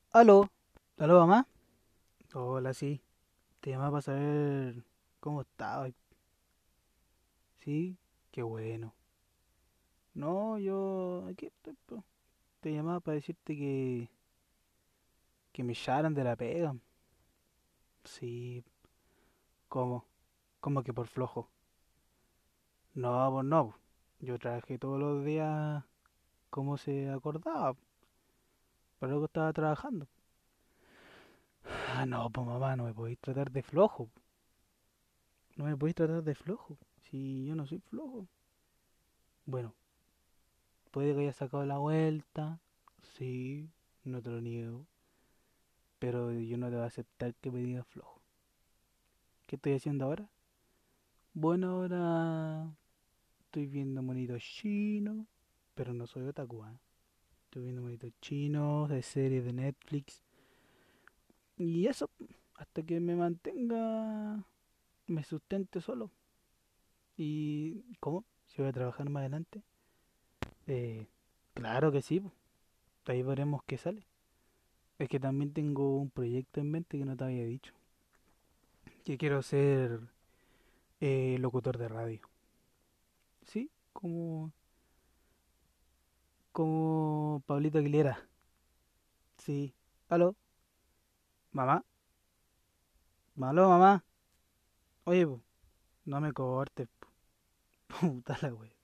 ¿Aló? ¿Aló, mamá? Hola, sí. Te llamaba para saber cómo estaba. ¿Sí? Qué bueno. No, yo... Aquí estoy, po. Te llamaba para decirte que me echaran de la pega. Sí. ¿Cómo? ¿Cómo que por flojo? No, pues no. Yo trabajé todos los días como se acordaba. Pero luego estaba trabajando. Ah, no, pues mamá, no me podéis tratar de flojo. No me podéis tratar de flojo. Si yo no soy flojo. Bueno, puede que haya sacado la vuelta, sí, no te lo niego, pero yo no te voy a aceptar que me digas flojo. ¿Qué estoy haciendo ahora? Bueno, ahora estoy viendo monitos chinos, pero no soy otaku, ¿eh? Estoy viendo monitos chinos, de series de Netflix, y eso, hasta que me mantenga, me sustente solo. ¿Y cómo? ¿Si voy a trabajar más adelante? Eh, claro que sí, po. Ahí veremos qué sale. Es que también tengo un proyecto en mente que no te había dicho. Que quiero ser locutor de radio. ¿Sí? Como Pablito Aguilera. Sí. ¿Aló? ¿Mamá? ¿Aló, mamá? Oye, po, no me cortes, po. Puta la wea.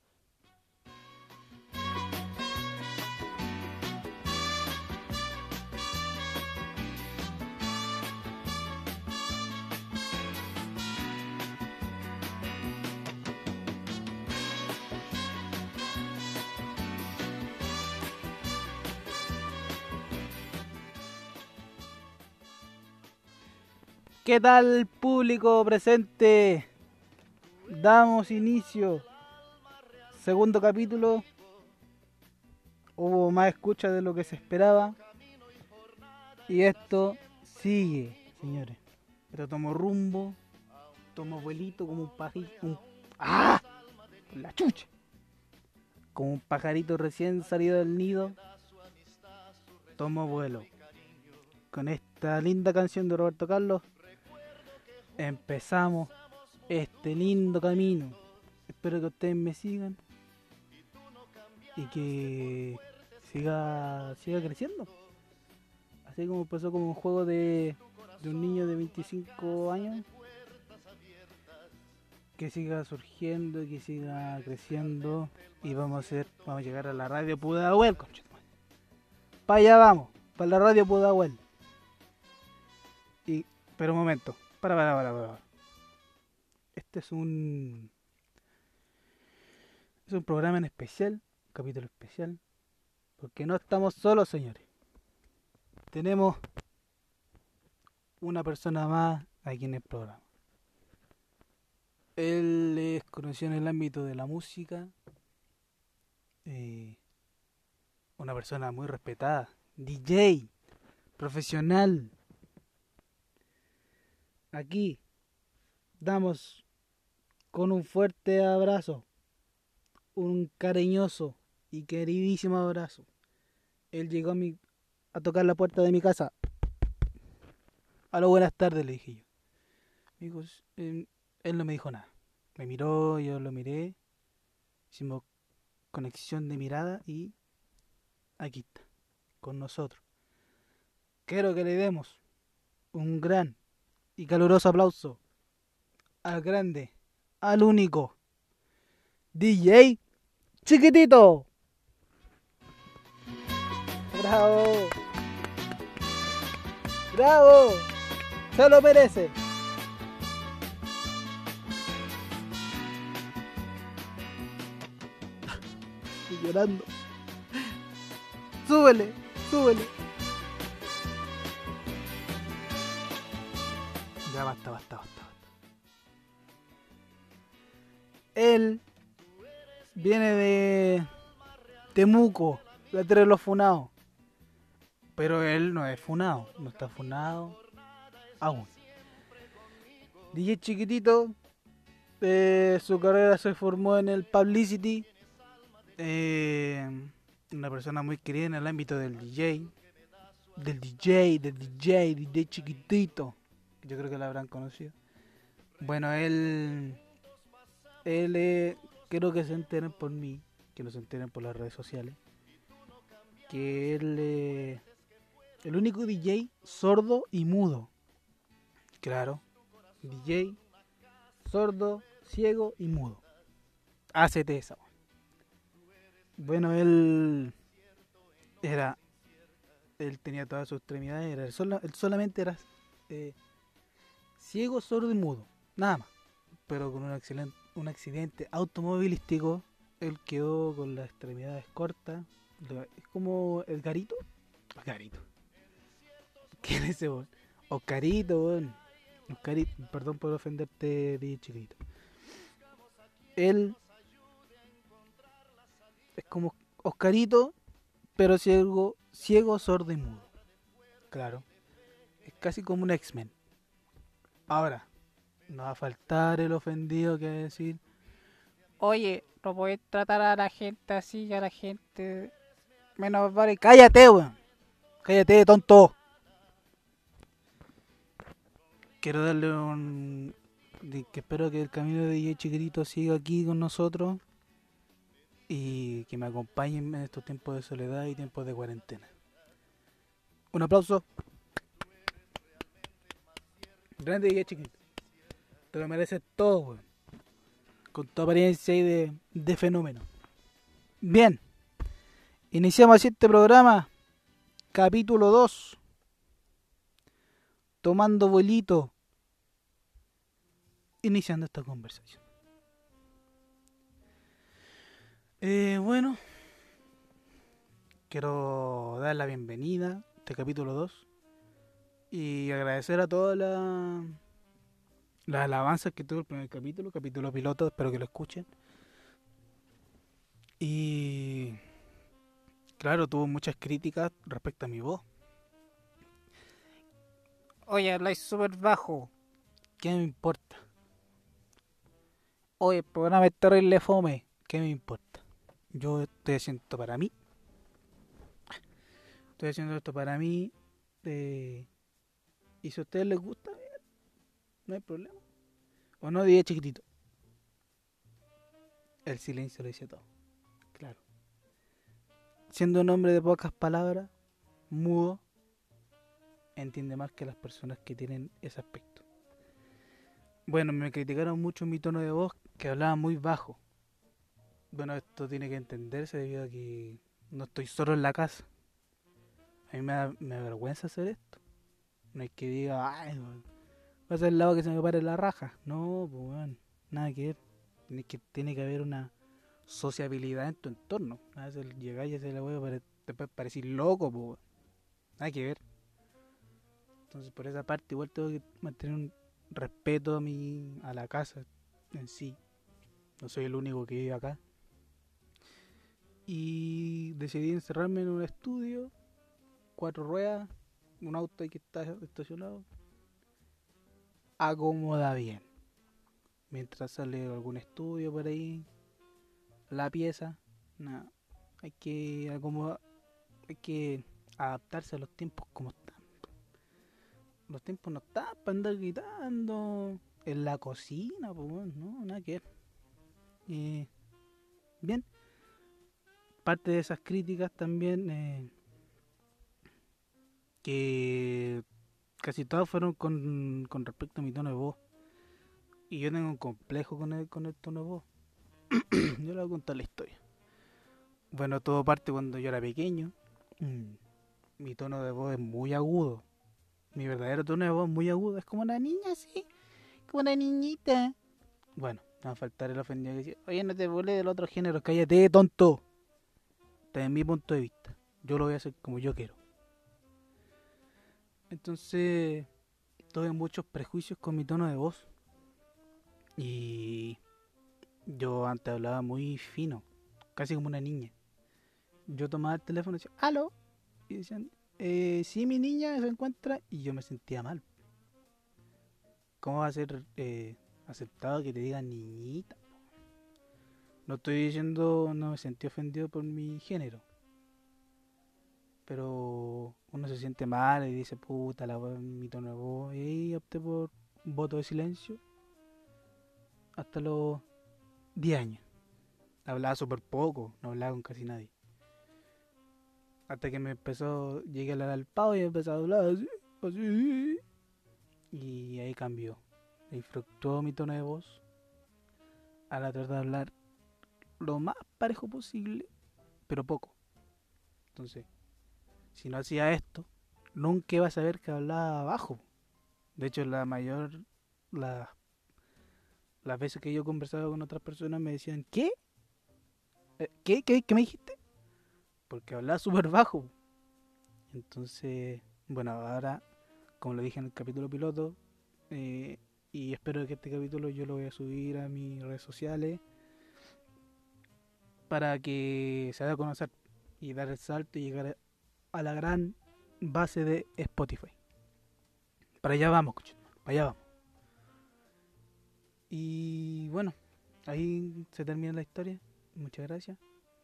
¿Qué tal, público presente? Damos inicio. Segundo capítulo. Hubo más escucha de lo que se esperaba. Y esto sigue, señores. Esto tomó rumbo. Tomó vuelito como un pajarito. ¡Ah! La chucha. Como un pajarito recién salido del nido, tomo vuelo. Con esta linda canción de Roberto Carlos, empezamos este lindo camino. Espero que ustedes me sigan y que siga creciendo. Así como empezó como un juego de un niño de 25 años, que siga surgiendo, que siga creciendo y vamos a llegar a la radio Pudahuel, conchetumare. Para allá vamos, para la radio Pudahuel. Y, pero un momento, para. Este es un programa en especial, un capítulo especial, porque no estamos solos, señores. Tenemos una persona más aquí en el programa. Él es conocido en el ámbito de la música, eh, una persona muy respetada, DJ, profesional. Aquí damos con un fuerte abrazo, un cariñoso y queridísimo abrazo. Él llegó a tocar la puerta de mi casa. A lo buenas tardes, le dije yo. Amigos, él no me dijo nada. Me miró, yo lo miré, hicimos conexión de mirada y aquí está, con nosotros. Quiero que le demos un gran y caluroso aplauso al grande, al único, DJ Chiquitito. Bravo, bravo, se lo merece. Estoy llorando. Súbele, súbele. Ya basta. Él viene de Temuco, la tierra de los funados. Pero él no es funado, no está funado aún. DJ Chiquitito, su carrera se formó en el Publicity, una persona muy querida en el ámbito del DJ. DJ chiquitito. Yo creo que lo habrán conocido. Bueno, quiero que se enteren por mí, que no se enteren por las redes sociales, que él el único DJ sordo y mudo. Claro, DJ sordo, ciego y mudo. Hácete esa. Bueno, era, él tenía todas sus extremidades, él solamente era eh, ciego, sordo y mudo, nada más. Pero con un accidente automovilístico, él quedó con las extremidades cortas. Es como el Garito. El Garito. ¿Quién es ese, weón? Oscarito, weón. Oscarito, perdón por ofenderte, di chiquito. Él es como Oscarito, pero ciego, sordo y mudo. Claro. Es casi como un X-Men. Ahora, no va a faltar el ofendido que va a decir: oye, no puedes tratar a la gente así, a la gente menos vale. Cállate, weón. Cállate, tonto. Quiero darle que espero que el camino de DJ Chiquitito siga aquí con nosotros y que me acompañen en estos tiempos de soledad y tiempos de cuarentena. Un aplauso. Grande DJ Chiquitito. Te lo mereces todo, weón. Con tu apariencia y de fenómeno. Bien. Iniciamos así este programa. Capítulo 2. Tomando vuelito. Iniciando esta conversación. Bueno. Quiero dar la bienvenida a este capítulo 2. Y agradecer a todas las alabanzas que tuvo el primer capítulo piloto, espero que lo escuchen. Y claro, tuvo muchas críticas respecto a mi voz. Oye, habláis súper bajo. ¿Qué me importa? Oye, el programa es terrible fome. ¿Qué me importa? Yo estoy haciendo esto para mí. Estoy haciendo esto para mí. Y si a ustedes les gusta, no hay problema. O no, dije chiquitito. El silencio lo dice todo. Claro. Siendo un hombre de pocas palabras, mudo, entiende más que las personas que tienen ese aspecto. Bueno, me criticaron mucho mi tono de voz, que hablaba muy bajo. Bueno, esto tiene que entenderse debido a que no estoy solo en la casa. A mí me da vergüenza hacer esto. No hay que diga, ay, va a ser el lado que se me pare la raja. No, pues bueno, nada que ver. Tiene que haber una sociabilidad en tu entorno. A veces llegar y hacer la hueá te puede parecer loco, pues nada que ver. Entonces por esa parte igual tengo que mantener un respeto a la casa en sí. No soy el único que vive acá. Y decidí encerrarme en un estudio, 4 ruedas, un auto ahí que está estacionado. Acomoda bien. Mientras sale algún estudio por ahí, la pieza, nada. Hay que acomodar, hay que adaptarse a los tiempos como están. Los tiempos no están para andar gritando en la cocina, pues bueno, no, nada que ver. Bien, parte de esas críticas también, que casi todas fueron con respecto a mi tono de voz. Y yo tengo un complejo con el tono de voz. Yo le voy a contar la historia. Bueno, todo parte cuando yo era pequeño. Mi tono de voz es muy agudo. Mi verdadero tono de voz es muy agudo. Es como una niña así. Como una niñita. Bueno, no va a faltar el ofendido que dice: oye, no te burles del otro género. Cállate, tonto. Este es mi punto de vista. Yo lo voy a hacer como yo quiero. Entonces, tuve muchos prejuicios con mi tono de voz. Y yo antes hablaba muy fino. Casi como una niña. Yo tomaba el teléfono y decía: ¿aló? Y decían: sí, mi niña se encuentra. Y yo me sentía mal. ¿Cómo va a ser aceptado que te digan niñita? No estoy diciendo, no me sentí ofendido por mi género. Pero uno se siente mal y dice, puta, la wea, mi tono de voz. Y ahí opté por voto de silencio hasta los 10 años. Hablaba súper poco, no hablaba con casi nadie. Hasta que me empezó, llegué a hablar al pavo y empecé a hablar así, así. Y ahí cambió. Ahí fluctuó mi tono de voz a la tratar de hablar lo más parejo posible, pero poco. Entonces, si no hacía esto, nunca iba a saber que hablaba bajo. De hecho, la- las veces que yo conversaba con otras personas me decían, ¿qué? ¿Qué me dijiste? Porque hablaba súper bajo. Entonces, bueno, ahora, como lo dije en el capítulo piloto, eh, y espero que este capítulo yo lo voy a subir a mis redes sociales para que se haga conocer y dar el salto y llegar a la gran base de Spotify. Para allá vamos, coche, para allá vamos. Y bueno, ahí se termina la historia. Muchas gracias.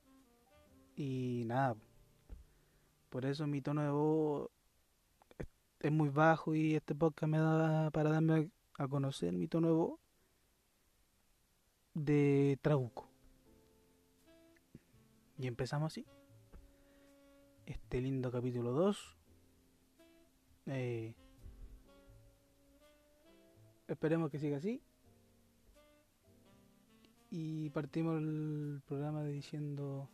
Y nada, por eso mi tono de voz es muy bajo y este podcast me da para darme a conocer mi tono de voz de Trabuco. Y empezamos así, este lindo capítulo 2. Eh, Esperemos que siga así. Y partimos el programa diciendo,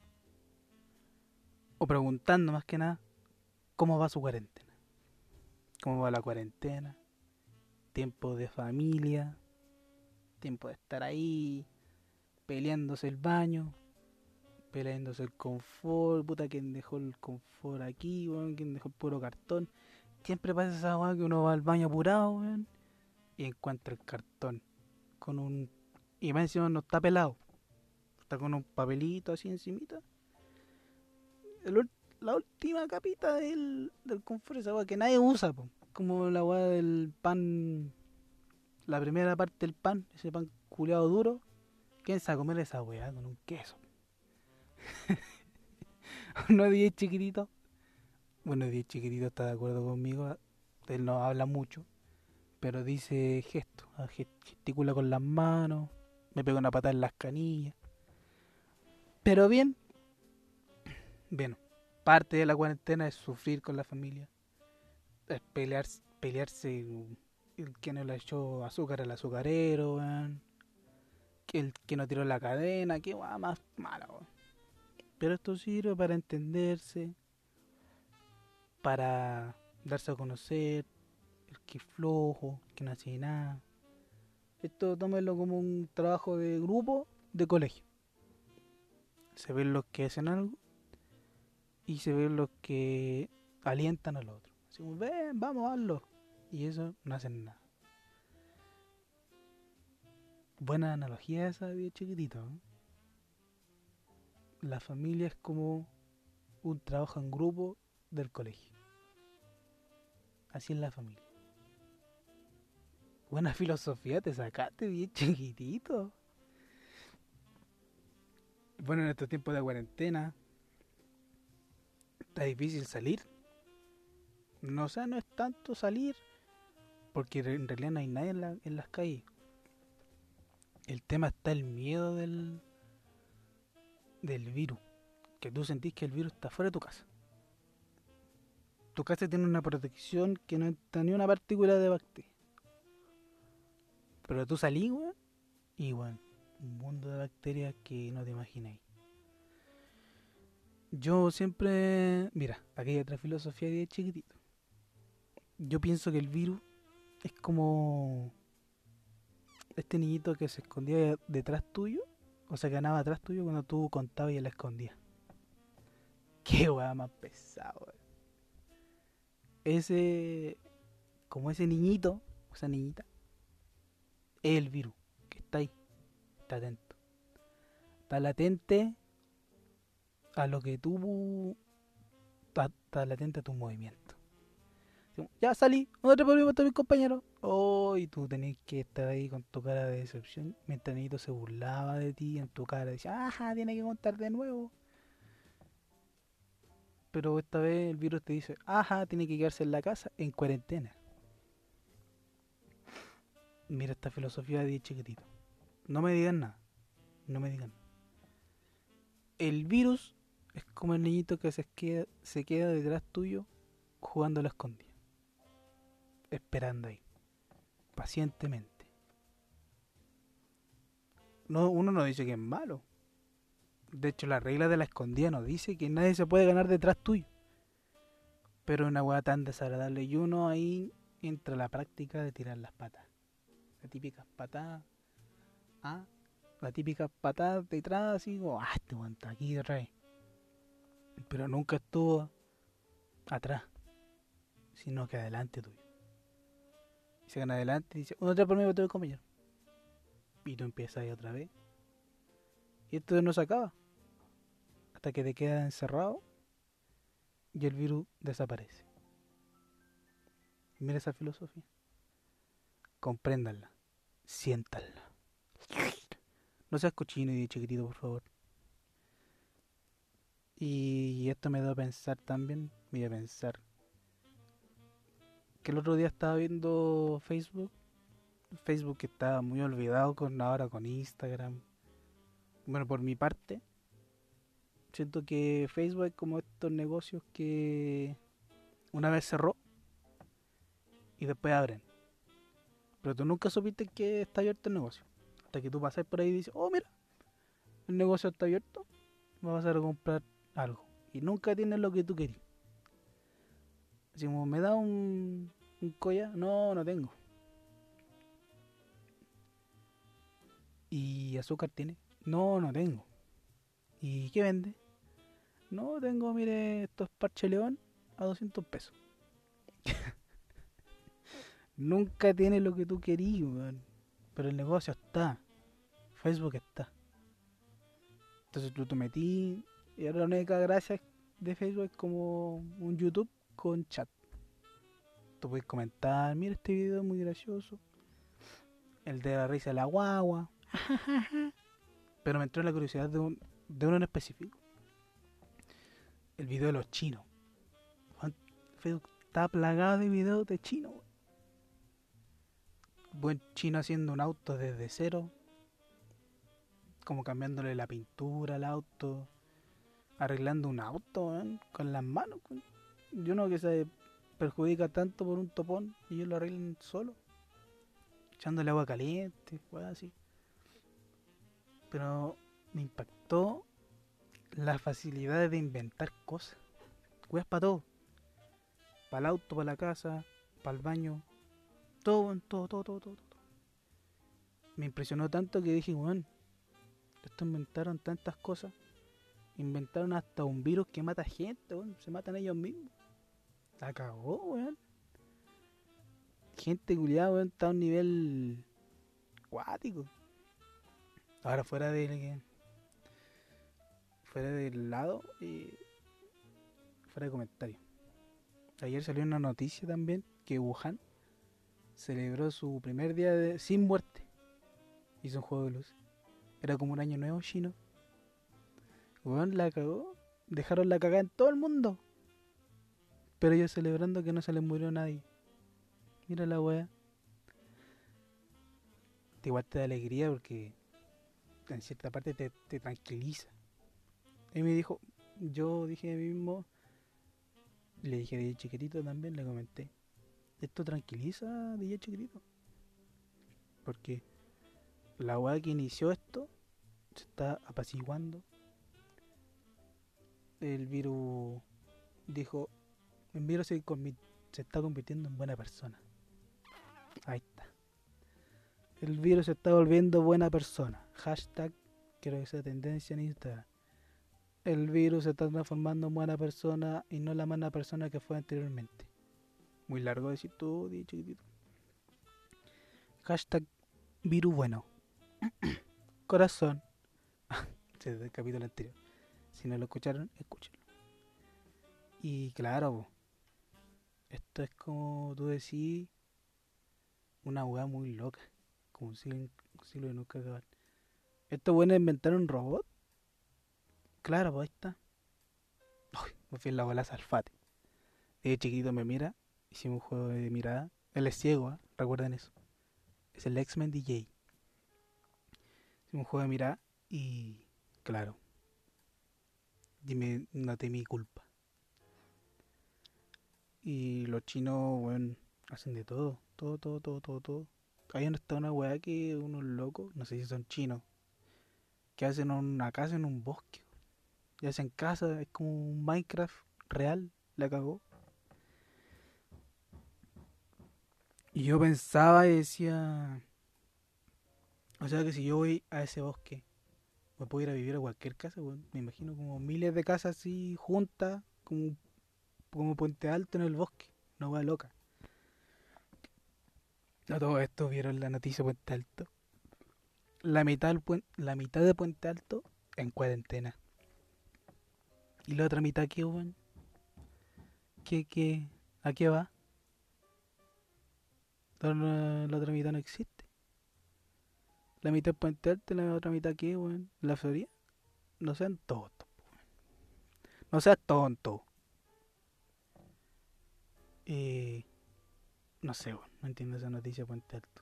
o preguntando más que nada, ¿cómo va su cuarentena? ¿Cómo va la cuarentena? Tiempo de familia, tiempo de estar ahí, peleándose el baño, peleándose el confort, puta, quien dejó el confort aquí, weón, quien dejó el puro cartón. Siempre pasa esa weá que uno va al baño apurado, weón, y encuentra el cartón con un... Y más encima no está pelado, está con un papelito así encimita. El la última capita del confort, esa weá que nadie usa, po. Como la weá del pan, la primera parte del pan, ese pan culeado duro. ¿Quién sabe comer esa weá con un queso? No 10 chiquitito. Bueno, 10 chiquitito está de acuerdo conmigo. Él no habla mucho, pero dice gesto. Gesticula con las manos. Me pega una patada en las canillas. Pero bien, bueno, parte de la cuarentena es sufrir con la familia. Es pelearse. El que no le echó azúcar al azucarero, weón. El que no tiró la cadena. Qué guay más mala, weón. Pero esto sirve para entenderse, para darse a conocer, el que es flojo, el que no hace nada. Esto tómenlo como un trabajo de grupo de colegio. Se ven los que hacen algo y se ven los que alientan al otro. Así como, ven, vamos, hazlo. Y eso no hacen nada. Buena analogía esa de chiquitito, ¿eh? La familia es como un trabajo en grupo del colegio. Así es la familia. Buena filosofía te sacaste bien chiquitito. Bueno, en estos tiempos de cuarentena está difícil salir. No, o sea, no es tanto salir, porque en realidad no hay nadie en las calles. El tema está el miedo del virus. Que tú sentís que el virus está fuera de tu casa. Tu casa tiene una protección que no entra ni una partícula de bacteria. Pero tú salís, weón, y weón, un mundo de bacterias que no te imagináis. Yo siempre, mira, aquí hay otra filosofía de chiquitito. Yo pienso que el virus es como este niñito que se escondía detrás tuyo, o se ganaba atrás tuyo cuando tú contabas y él la escondía. Qué weá más pesado, weón. Ese, como ese niñito, o esa niñita, es el virus que está ahí, está atento. Está latente a lo que tú, está latente a tu movimiento. Ya salí, no te problema a mis compañeros. Oh, y tú tenés que estar ahí con tu cara de decepción. Mientras el niñito se burlaba de ti en tu cara, decía, ajá, tiene que contar de nuevo. pero esta vez el virus te dice, ajá, tiene que quedarse en la casa en cuarentena. Mira esta filosofía de chiquitito. No me digan nada, no me digan. El virus es como el niñito que se queda detrás tuyo jugando a la escondida, esperando ahí, pacientemente. No, uno no dice que es malo. De hecho, la regla de la escondida nos dice que nadie se puede ganar detrás tuyo. Pero una weá tan desagradable. Y uno ahí entra a la práctica de tirar las patas. La típica patada. Ah, la típica patada detrás, así como, este weón está aquí detrás. Pero nunca estuvo atrás, sino que adelante tuyo. Y se gana adelante y dice, uno atrás por mí, otro compañero. Y tú empiezas ahí otra vez. Y esto no se acaba. Hasta que te quedas encerrado y el virus desaparece. Mira esa filosofía. Compréndanla. Siéntanla. No seas cochino y chiquitito, por favor. Y esto me da a pensar también. Voy a pensar. Que el otro día estaba viendo Facebook. Facebook que estaba muy olvidado ahora con Instagram. Bueno, por mi parte, siento que Facebook es como estos negocios que una vez cerró y después abren. Pero tú nunca supiste que está abierto el negocio. Hasta que tú pasas por ahí y dices, oh mira, el negocio está abierto, vas a comprar algo. Y nunca tienes lo que tú querías. Así como, ¿me da un collar? No, no tengo. ¿Y azúcar tiene? No, no tengo. ¿Y qué vende? No, tengo, mire, estos parche león a 200 pesos. Nunca tiene lo que tú querías, weón. Pero el negocio está. Facebook está. Entonces tú te metí. Y ahora la única gracia de Facebook es como un YouTube con chat. Tú puedes comentar, mira este video es muy gracioso. El de la risa de la guagua. Pero me entró la curiosidad de uno en específico. El video de los chinos. Facebook está plagado de videos de chinos. Buen chino haciendo un auto desde cero. Como cambiándole la pintura al auto. Arreglando un auto, con las manos. Yo no que se perjudica tanto por un topón y ellos lo arreglan solo. Echándole agua caliente, cosas así. Pero me impactó la facilidad de inventar cosas. Weas para todo. Para el auto, para la casa, para el baño. Todo, todo, todo, todo, todo. Me impresionó tanto que dije, weón, estos inventaron tantas cosas. Inventaron hasta un virus que mata gente, weón. Se matan ellos mismos. La cagó, weón. Gente culiada, weón, está a un nivel cuático. Ahora fuera del lado y fuera de comentario. Ayer salió una noticia también que Wuhan celebró su primer día sin muerte. Hizo un juego de luz. Era como un año nuevo chino. Weón, la cagó. Dejaron la cagada en todo el mundo. Pero ellos celebrando que no se les murió nadie. Mira la wea. Igual te da alegría porque en cierta parte te tranquiliza. Y me dijo, yo dije a mí mismo, le dije de chiquitito también, le comenté. Esto tranquiliza DJ chiquitito. Porque la weá que inició esto se está apaciguando. El virus dijo, el virus se está convirtiendo en buena persona. Ahí está. El virus se está volviendo buena persona. Hashtag, quiero que sea tendencia en Instagram. El virus se está transformando en buena persona y no la mala persona que fue anteriormente. Muy largo decir tú, DJ chiquitito. Hashtag virus bueno. Corazón. Desde el capítulo anterior. Si no lo escucharon, escúchenlo. Y claro, esto es como tú decís, una weá muy loca. Como un siglo de nunca acabar. Estos buenos inventaron un robot. Claro, pues ahí está. Ay, me fui en la bola Salfate. De chiquito me mira, hicimos un juego de mirada. Él es ciego, ¿eh? Recuerden eso. Es el X-Men DJ. Hicimos un juego de mirada y, claro, dime, noté mi culpa. Y los chinos, bueno, hacen de todo. Todo, todo, todo, todo, todo. Hay una weá que unos locos, no sé si son chinos, que hacen una casa en un bosque. Y hacen casa, es como un Minecraft real, la cagó. Y yo pensaba y decía, o sea que si yo voy a ese bosque, me puedo ir a vivir a cualquier casa, weón. Me imagino como miles de casas así juntas, como Puente Alto en el bosque. Una weá loca. No, todo esto vieron la noticia de Puente Alto. La mitad de Puente Alto en cuarentena. ¿Y la otra mitad qué, weón? ¿Qué? ¿A qué va? La otra mitad no existe. La mitad es Puente Alto y la otra mitad qué, weón. ¿La Florida? No sean tontos. No seas tonto. Eh, no sé, weón. No entiendo esa noticia de Puente Alto.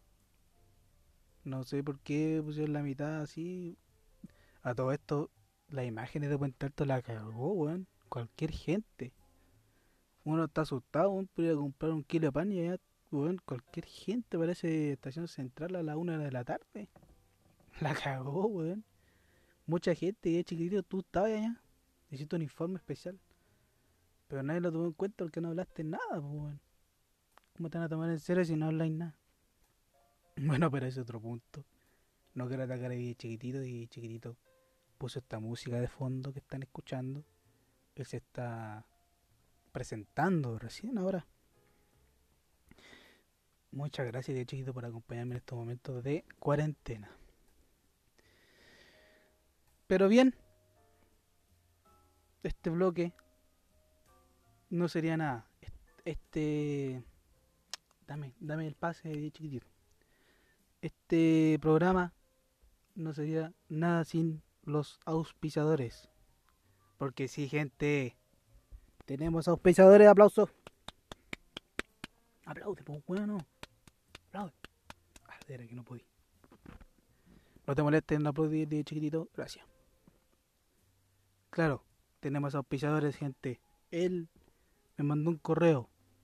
No sé por qué pusieron la mitad así. A todo esto, las imágenes de Puente Alto la cagó, weón. Cualquier gente. Uno está asustado, weón, por ir a comprar un kilo de pan y allá, weón, cualquier gente parece estación central a la 1 de la tarde. La cagó, weón. Mucha gente, y chiquitito, tú estabas allá. Necesito un informe especial. Pero nadie lo tomó en cuenta porque no hablaste nada, pues, weón. ¿Cómo te van a tomar en serio si no habláis nada? Bueno, pero ese es otro punto. No quiero atacar a chiquitito y chiquitito puso esta música de fondo que están escuchando. Él se está presentando recién ahora. Muchas gracias, de chiquito, por acompañarme en estos momentos de cuarentena. Pero bien, este bloque no sería nada. Este. Dame el pase de chiquitito. Este programa no sería nada sin los auspiciadores. Porque sí, gente. Tenemos auspiciadores, aplausos. Aplaude, pues bueno. Aplaude. Ah, era que no podí. No te molestes en aplaudir de chiquitito. Gracias. Claro, tenemos auspiciadores, gente. Él me mandó un correo.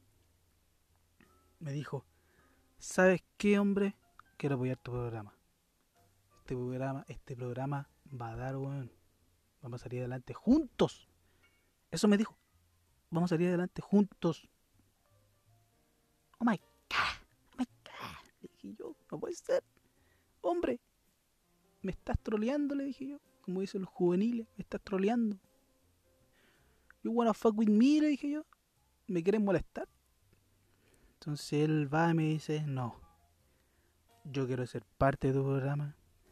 Me dijo, ¿sabes qué, hombre? Quiero apoyar tu programa. Este programa va a dar, weón. Vamos a salir adelante juntos. Eso me dijo. Vamos a salir adelante juntos. Oh my god. Oh my god. Le dije yo, no puede ser. Hombre, me estás troleando, le dije yo. Como dicen los juveniles, me estás troleando. You wanna fuck with me, le dije yo. ¿Me quieren molestar? Entonces él va y me dice, no. Yo quiero ser parte de tu programa.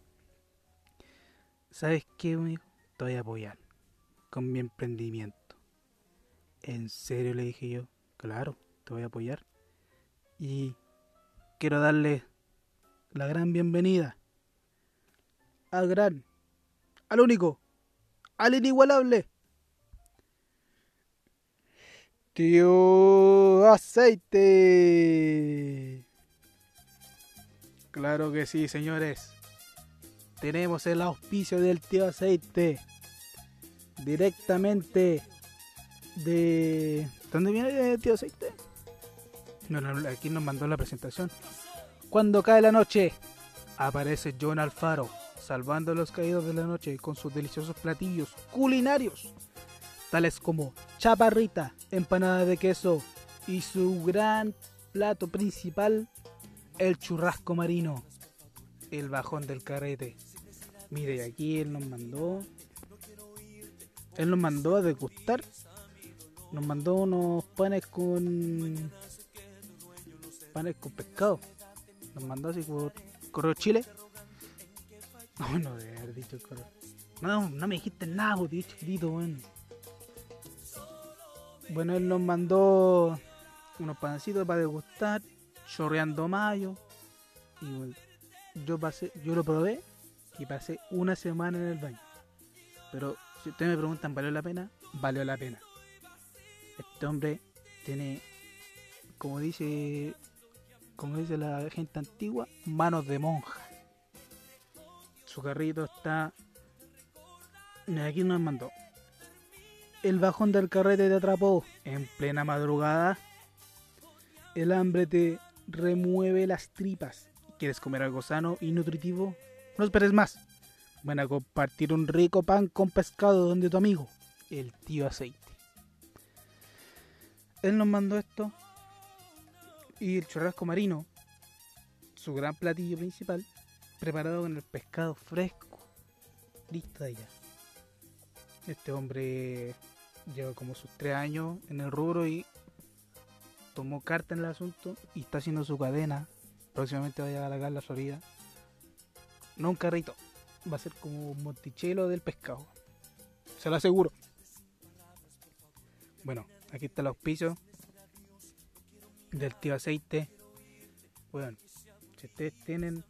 ¿Sabes qué, amigo? Te voy a apoyar con mi emprendimiento. ¿En serio? Le dije yo. Claro, te voy a apoyar. Y quiero darle la gran bienvenida al único, al inigualable Tío Aceite. Claro que sí, señores. Tenemos el auspicio del Tío Aceite. Directamente de... ¿Dónde viene el Tío Aceite? No, aquí nos mandó la presentación. Cuando cae la noche, aparece John Alfaro, salvando a los caídos de la noche con sus deliciosos platillos culinarios, tales como chaparrita, empanada de queso y su gran plato principal, el churrasco marino, el bajón del carrete. Mire, aquí él nos mandó a degustar. Nos mandó unos panes con pescado. Nos mandó así por correo Chile. No debe haber dicho el correo. No me dijiste nada, tío chiquitito, weón. Bueno, él nos mandó unos pancitos para degustar, chorreando mayo. Y bueno, yo lo probé y pasé una semana en el baño. Pero si ustedes me preguntan, ¿valió la pena? valió la pena. Este hombre tiene, como dice, como dice la gente antigua, manos de monja. Su carrito está... Aquí nos mandó. El bajón del carrete te atrapó en plena madrugada. El hambre te remueve las tripas. ¿Quieres comer algo sano y nutritivo? No esperes más. Van a compartir un rico pan con pescado donde tu amigo, el tío Aceite. Él nos mandó esto. Y el churrasco marino, su gran platillo principal, preparado con el pescado fresco. Listo de ya. Este hombre lleva como sus 3 años en el rubro y tomó carta en el asunto y está haciendo su cadena. Próximamente va a llegar acá a la Florida. No un carrito, va a ser como un Monticello del pescado. Se lo aseguro. Bueno, aquí está el auspicio del tío Aceite. Bueno, si ustedes tienen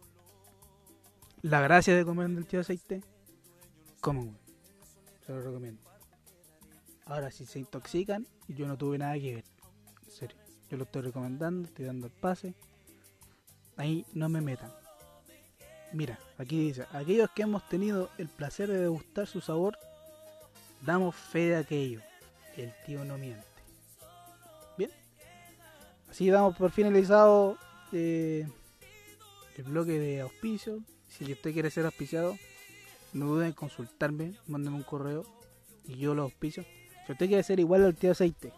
la gracia de comer del tío Aceite, coman. Se lo recomiendo. Ahora, si se intoxican, yo no tuve nada que ver. En serio, yo lo estoy recomendando, estoy dando el pase. Ahí no me metan. Mira, aquí dice: aquellos que hemos tenido el placer de degustar su sabor, damos fe de aquello. El tío no miente. Bien, así damos por finalizado el bloque de auspicio. Si usted quiere ser auspiciado, no duden en consultarme, mándenme un correo y yo lo auspicio. Si usted quiere ser igual al tío Aceite,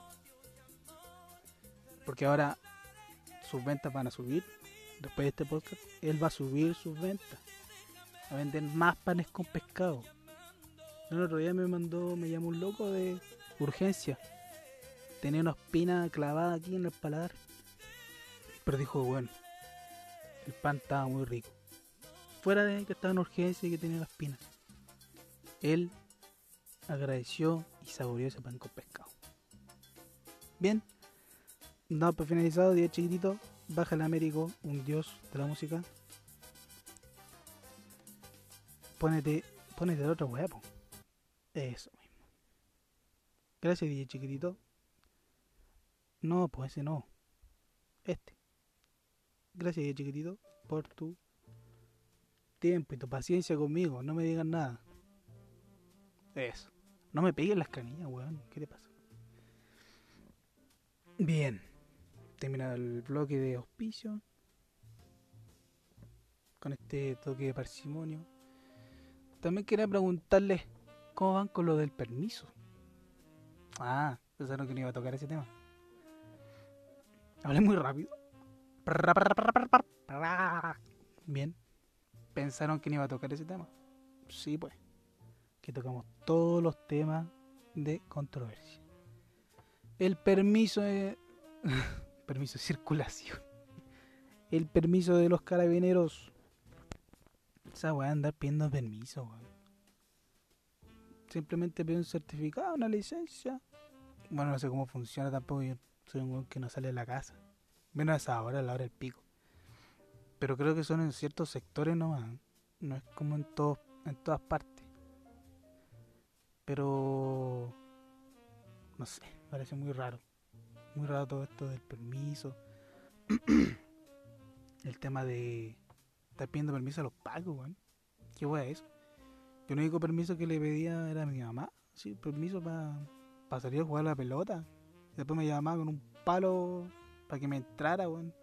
porque ahora sus ventas van a subir después de este podcast, él va a subir sus ventas, a vender más panes con pescado. El otro día me llamó un loco de urgencia, tenía una espina clavada aquí en el paladar, pero dijo, bueno, el pan estaba muy rico, fuera de que estaba en urgencia y que tenía la espina. Él agradeció y saboreó ese pan con pescado. Bien, damos por finalizado, día chiquitito. Baja el Américo, un dios de la música. Pónete el otro huevo. Eso mismo. Gracias, DJ chiquitito. No, pues ese no. Este. Gracias, DJ chiquitito, por tu tiempo y tu paciencia conmigo. No me digas nada. Eso. No me peguen las canillas, weón. ¿Qué te pasa? Bien. Terminado el bloque de auspicio. Con este toque de parsimonia. También quería preguntarles cómo van con lo del permiso. Ah, pensaron que no iba a tocar ese tema. Hablé muy rápido. Bien. Pensaron que no iba a tocar ese tema. Sí, pues. Que tocamos todos los temas de controversia. El permiso de... permiso de circulación. El permiso de los carabineros. Esa weá andar pidiendo permiso, weón. Simplemente pido un certificado, una licencia. Bueno, no sé cómo funciona tampoco. Yo soy un weón que no sale de la casa. Menos a esa hora, a la hora del pico. Pero creo que son en ciertos sectores nomás. No es como en todas partes. Pero... no sé, me parece muy raro. Muy raro todo esto del permiso. El tema de estar pidiendo permiso a los pagos, weón. ¿Qué weá es eso? Yo el único permiso que le pedía era a mi mamá. Sí, permiso para salir a jugar a la pelota. Después me llamaba con un palo para que me entrara, weón.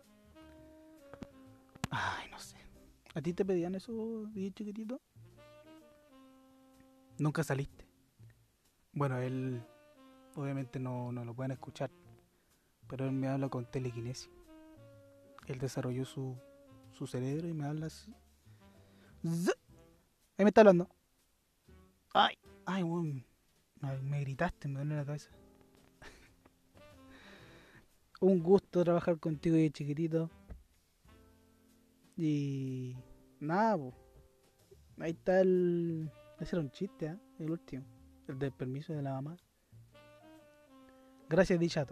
Ay, no sé. ¿A ti te pedían eso, DJ chiquitito? Nunca saliste. Bueno, él obviamente no lo pueden escuchar, pero él me habla con telequinesis. Él desarrolló su cerebro y me habla así. ¡Zzz! Ahí me está hablando. Ay, weón. Me gritaste, me duele la cabeza. Un gusto trabajar contigo, DJ chiquitito. Y... nada, po. Ahí está el... ese era un chiste, ¿eh? El último. El del permiso de la mamá. Gracias, Dichato.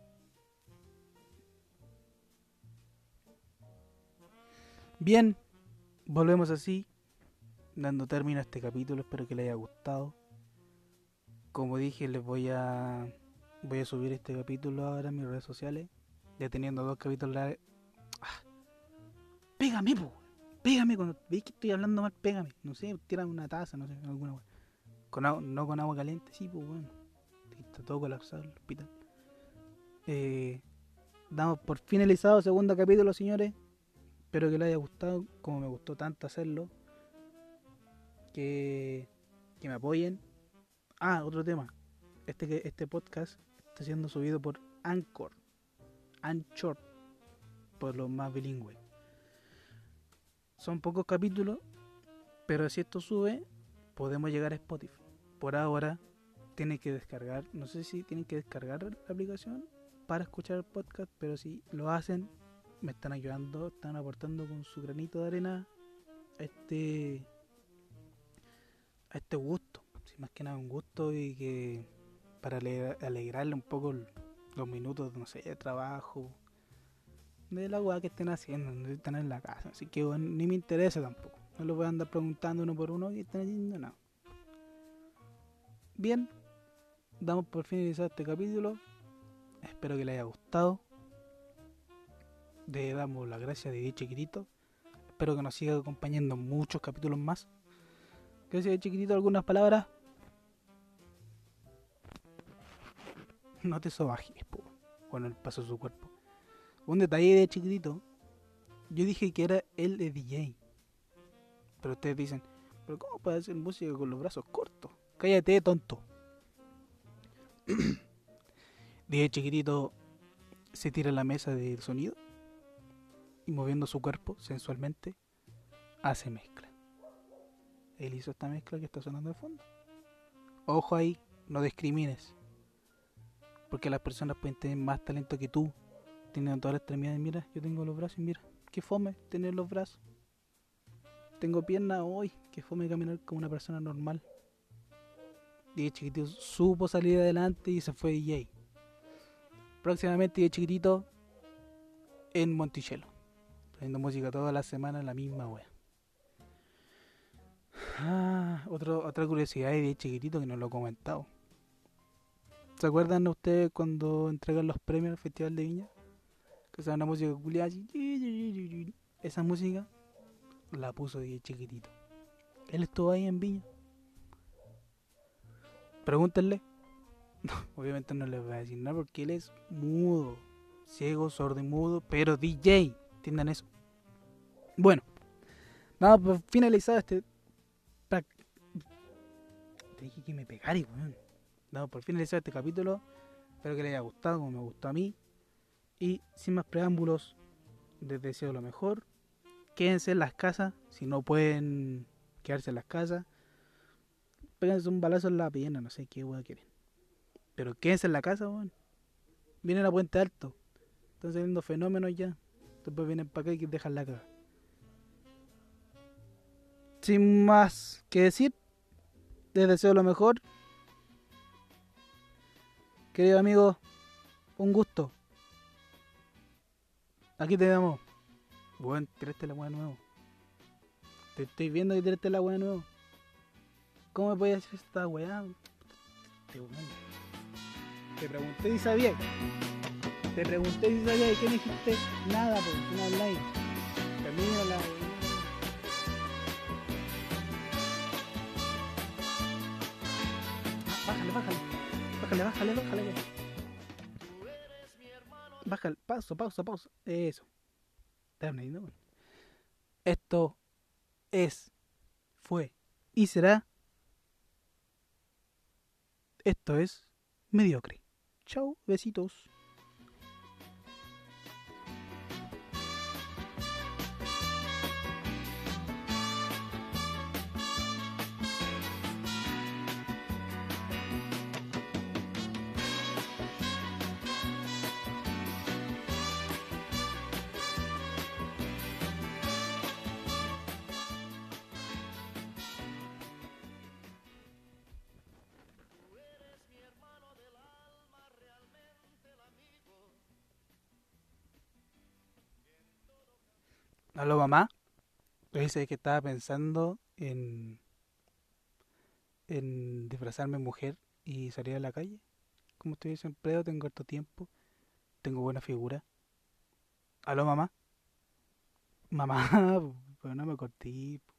Bien, volvemos así, dando término a este capítulo. Espero que les haya gustado. Como dije, voy a subir este capítulo ahora en mis redes sociales. Ya teniendo 2 capítulos. Pégame, po. Pégame cuando veis que estoy hablando mal, pégame. No sé, tírame una taza, no sé, alguna wea. No con agua caliente, sí, pues bueno. Está todo colapsado el hospital. Damos por finalizado el segundo capítulo, señores. Espero que les haya gustado, como me gustó tanto hacerlo. Que me apoyen. Otro tema. Este podcast está siendo subido por Anchor, por los más bilingües. Son pocos capítulos, pero si esto sube, podemos llegar a Spotify. Por ahora, tienen que descargar, no sé si tienen que descargar la aplicación para escuchar el podcast, pero si lo hacen, me están ayudando, están aportando con su granito de arena a este gusto. Más que nada un gusto y que para alegrarle un poco los minutos, no sé, de trabajo, de la weá que estén haciendo, de están en la casa. Así que bueno, ni me interesa tampoco. No lo voy a andar preguntando uno por uno que están haciendo nada. Bien, damos por finalizado este capítulo. Espero que les haya gustado. Le damos las gracias de chiquitito. Espero que nos siga acompañando en muchos capítulos más. Gracias de chiquitito, algunas palabras. No te sobajes, po, con el paso de su cuerpo. Un detalle de chiquitito. Yo dije que era él de DJ. Pero ustedes dicen, ¿pero cómo puede hacer música con los brazos cortos? Cállate, tonto. DJ chiquitito se tira a la mesa de sonido y moviendo su cuerpo sensualmente hace mezcla. Él hizo esta mezcla que está sonando de fondo. Ojo ahí, no discrimines. Porque las personas pueden tener más talento que tú. Tienen todas las extremidades. Mira, yo tengo los brazos y mira, qué fome tener los brazos. Tengo piernas hoy, qué fome caminar como una persona normal. DJ chiquitito supo salir adelante y se fue DJ. Próximamente DJ chiquitito en Monticello, trayendo música toda la semana, la misma wea. Otra curiosidad de chiquitito que no lo he comentado. ¿Se acuerdan ustedes cuando entregan los premios al Festival de Viña? Que sea una música culiada así. Esa música la puso de chiquitito. Él estuvo ahí en Viña. Pregúntenle. No, obviamente no les voy a decir nada porque él es mudo, ciego, sordo y mudo, pero DJ. ¿Entiendan eso? Bueno, nada, pues finalizado este. Te dije que me pegara, weón. Damos por finalizado este capítulo. Espero que les haya gustado como me gustó a mí. Y sin más preámbulos, les deseo lo mejor. Quédense en las casas. Si no pueden quedarse en las casas, péguense un balazo en la pierna. No sé qué weón quieren. Pero quédense en la casa, weón. Vienen a Puente Alto. Están saliendo fenómenos ya. Después vienen para acá y dejan la caga. Sin más que decir, les deseo lo mejor. Querido amigo, un gusto. Aquí te damos. Bueno, tiraste la weá nuevo. Te estoy viendo que tiraste la weá nuevo. ¿Cómo me puedes hacer esta weá? Te pregunté si sabía. Te pregunté si sabía y que me dijiste nada, porque no habláis. Termina la. Bájale. Bájale, pausa. Eso. Termina. Esto es, fue y será. Esto es mediocre. Chau, besitos. Aló, mamá. Dice que estaba pensando en disfrazarme de mujer y salir a la calle. Como estoy desempleado, tengo harto tiempo, tengo buena figura. ¿Aló, mamá? Mamá, pero no me corté.